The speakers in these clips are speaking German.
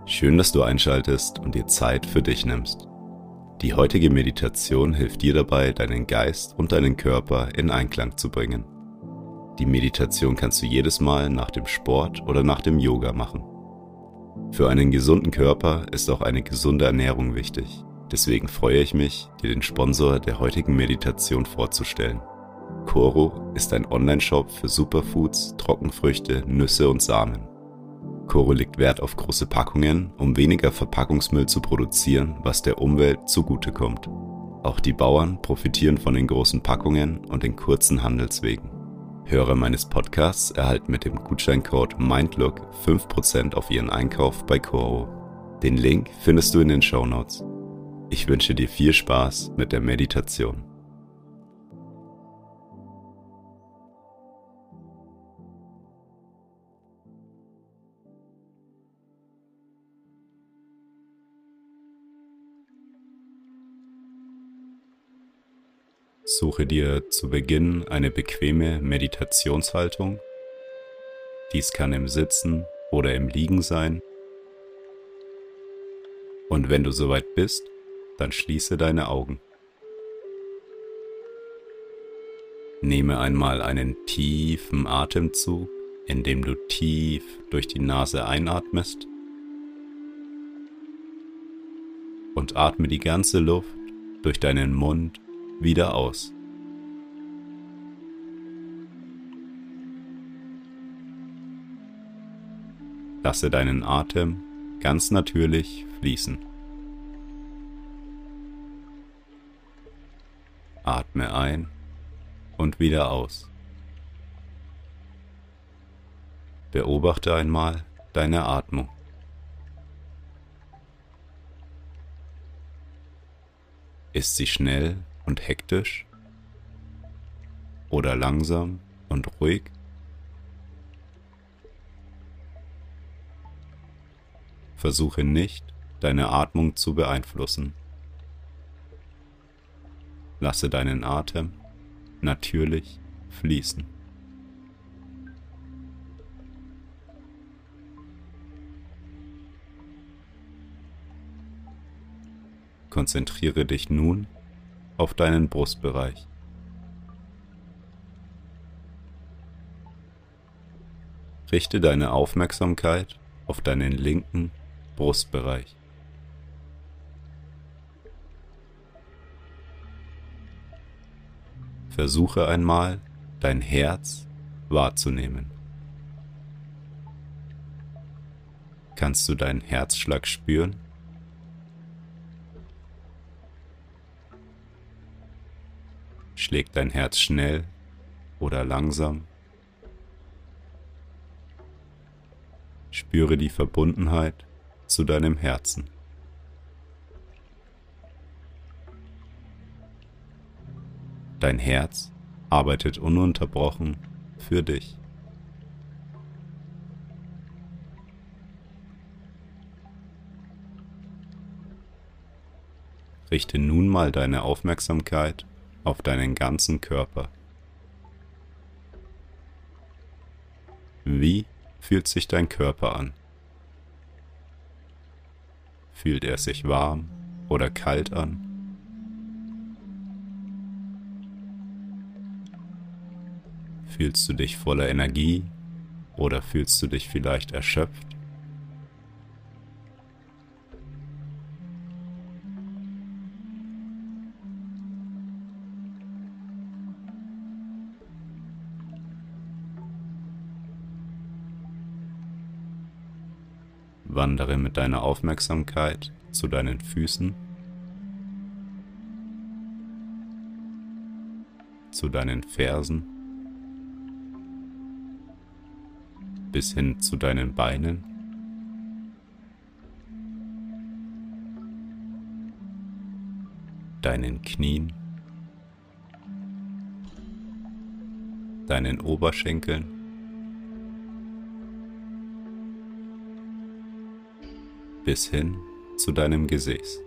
Schön, dass du einschaltest und dir Zeit für dich nimmst. Die heutige Meditation hilft dir dabei, deinen Geist und deinen Körper in Einklang zu bringen. Die Meditation kannst du jedes Mal nach dem Sport oder nach dem Yoga machen. Für einen gesunden Körper ist auch eine gesunde Ernährung wichtig. Deswegen freue ich mich, dir den Sponsor der heutigen Meditation vorzustellen. Koro ist ein Online-Shop für Superfoods, Trockenfrüchte, Nüsse und Samen. Koro legt Wert auf große Packungen, um weniger Verpackungsmüll zu produzieren, was der Umwelt zugutekommt. Auch die Bauern profitieren von den großen Packungen und den kurzen Handelswegen. Hörer meines Podcasts erhalten mit dem Gutscheincode MINDLOOK 5% auf ihren Einkauf bei Koro. Den Link findest du in den Shownotes. Ich wünsche dir viel Spaß mit der Meditation. Suche dir zu Beginn eine bequeme Meditationshaltung. Dies kann im Sitzen oder im Liegen sein. Und wenn du soweit bist, dann schließe deine Augen. Nehme einmal einen tiefen Atemzug, indem du tief durch die Nase einatmest und atme die ganze Luft durch deinen Mund wieder aus. Lasse deinen Atem ganz natürlich fließen. Atme ein und wieder aus. Beobachte einmal deine Atmung. Ist sie schnell und hektisch oder langsam und ruhig? Versuche nicht, deine Atmung zu beeinflussen. Lasse deinen Atem natürlich fließen. Konzentriere dich nun auf deinen Brustbereich. Richte deine Aufmerksamkeit auf deinen linken Brustbereich. Versuche einmal, dein Herz wahrzunehmen. Kannst du deinen Herzschlag spüren? Schlägt dein Herz schnell oder langsam? Spüre die Verbundenheit zu deinem Herzen. Dein Herz arbeitet ununterbrochen für dich. Richte nun mal deine Aufmerksamkeit auf deinen ganzen Körper. Wie fühlt sich dein Körper an? Fühlt er sich warm oder kalt an? Fühlst du dich voller Energie oder fühlst du dich vielleicht erschöpft? Wandere mit deiner Aufmerksamkeit zu deinen Füßen, zu deinen Fersen, bis hin zu deinen Beinen, deinen Knien, deinen Oberschenkeln, bis hin zu deinem Gesäß.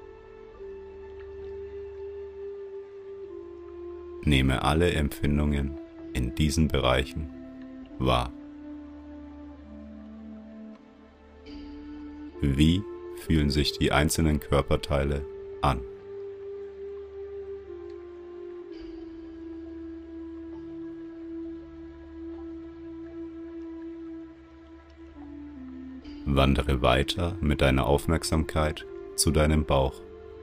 Nehme alle Empfindungen in diesen Bereichen wahr. Wie fühlen sich die einzelnen Körperteile an? Wandere weiter mit deiner Aufmerksamkeit zu deinem Bauch.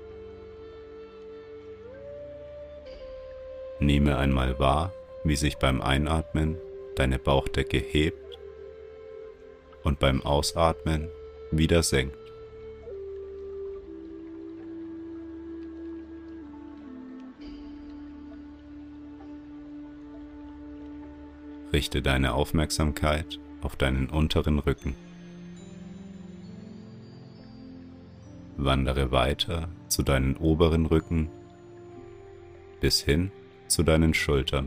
Nehme einmal wahr, wie sich beim Einatmen deine Bauchdecke hebt und beim Ausatmen wieder senkt. Richte deine Aufmerksamkeit auf deinen unteren Rücken. Wandere weiter zu deinen oberen Rücken bis hin zu deinen Schultern.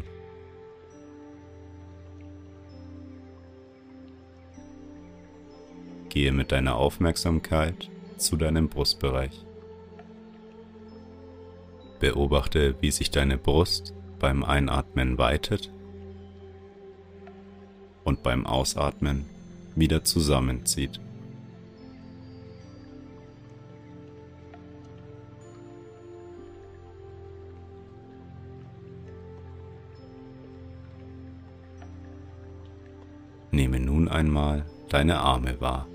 Gehe mit deiner Aufmerksamkeit zu deinem Brustbereich. Beobachte, wie sich deine Brust beim Einatmen weitet und beim Ausatmen wieder zusammenzieht. Nehme nun einmal deine Arme wahr.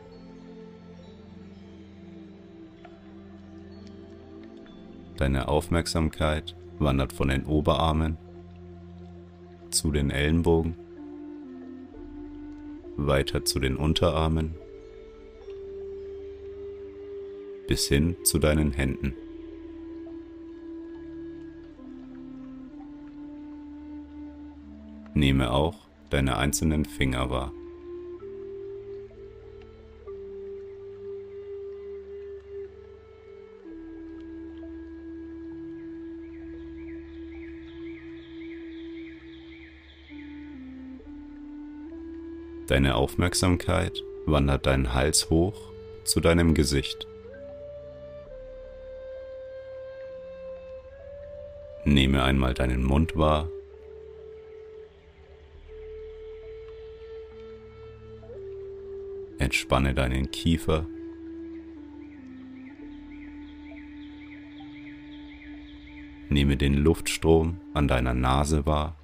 Deine Aufmerksamkeit wandert von den Oberarmen zu den Ellenbogen, weiter zu den Unterarmen bis hin zu deinen Händen. Nehme auch deine einzelnen Finger wahr. Deine Aufmerksamkeit wandert deinen Hals hoch zu deinem Gesicht. Nehme einmal deinen Mund wahr. Entspanne deinen Kiefer. Nehme den Luftstrom an deiner Nase wahr.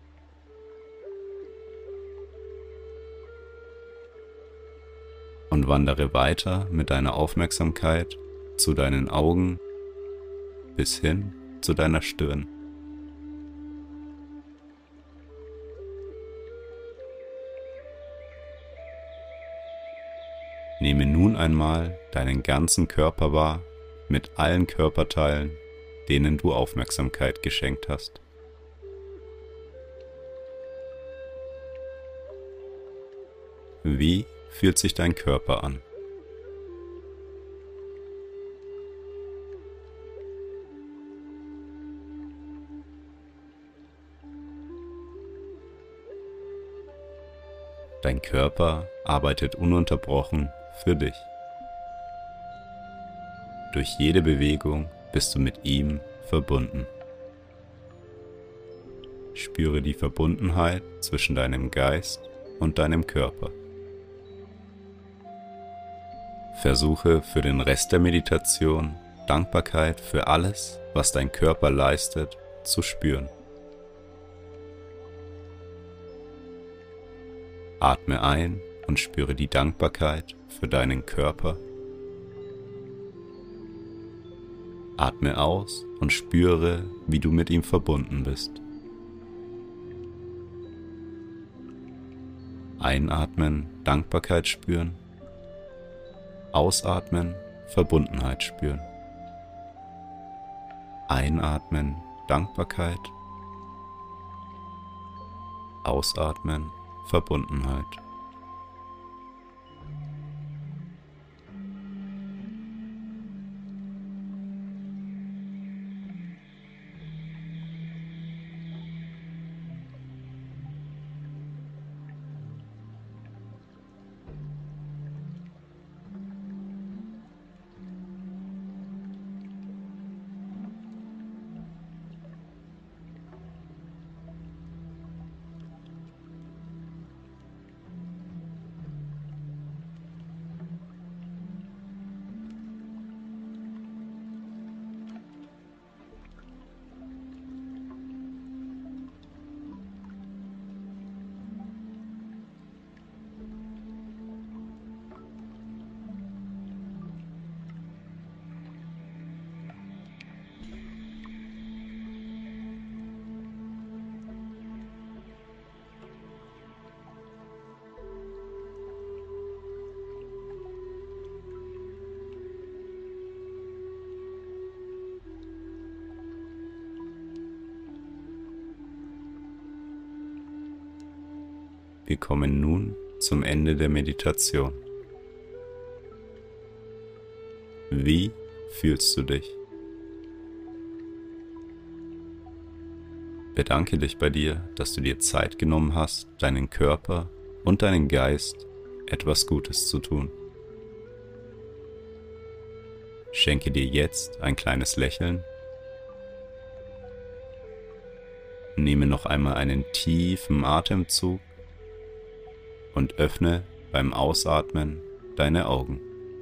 Und wandere weiter mit deiner Aufmerksamkeit zu deinen Augen bis hin zu deiner Stirn. Nehme nun einmal deinen ganzen Körper wahr mit allen Körperteilen, denen du Aufmerksamkeit geschenkt hast. Wie fühlt sich dein Körper an? Dein Körper arbeitet ununterbrochen für dich. Durch jede Bewegung bist du mit ihm verbunden. Spüre die Verbundenheit zwischen deinem Geist und deinem Körper. Versuche für den Rest der Meditation Dankbarkeit für alles, was dein Körper leistet, zu spüren. Atme ein und spüre die Dankbarkeit für deinen Körper. Atme aus und spüre, wie du mit ihm verbunden bist. Einatmen, Dankbarkeit spüren. Ausatmen, Verbundenheit spüren. Einatmen, Dankbarkeit. Ausatmen, Verbundenheit. Wir kommen nun zum Ende der Meditation. Wie fühlst du dich? Bedanke dich bei dir, dass du dir Zeit genommen hast, deinen Körper und deinen Geist etwas Gutes zu tun. Schenke dir jetzt ein kleines Lächeln. Nehme noch einmal einen tiefen Atemzug und öffne beim Ausatmen deine Augen.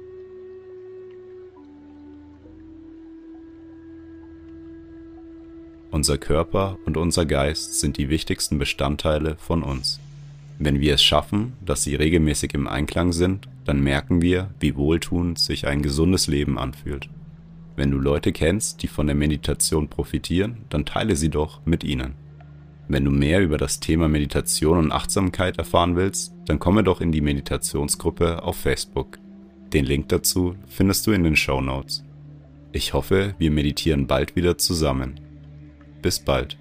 Unser Körper und unser Geist sind die wichtigsten Bestandteile von uns. Wenn wir es schaffen, dass sie regelmäßig im Einklang sind, dann merken wir, wie wohltuend sich ein gesundes Leben anfühlt. Wenn du Leute kennst, die von der Meditation profitieren, dann teile sie doch mit ihnen. Wenn du mehr über das Thema Meditation und Achtsamkeit erfahren willst, dann komme doch in die Meditationsgruppe auf Facebook. Den Link dazu findest du in den Shownotes. Ich hoffe, wir meditieren bald wieder zusammen. Bis bald.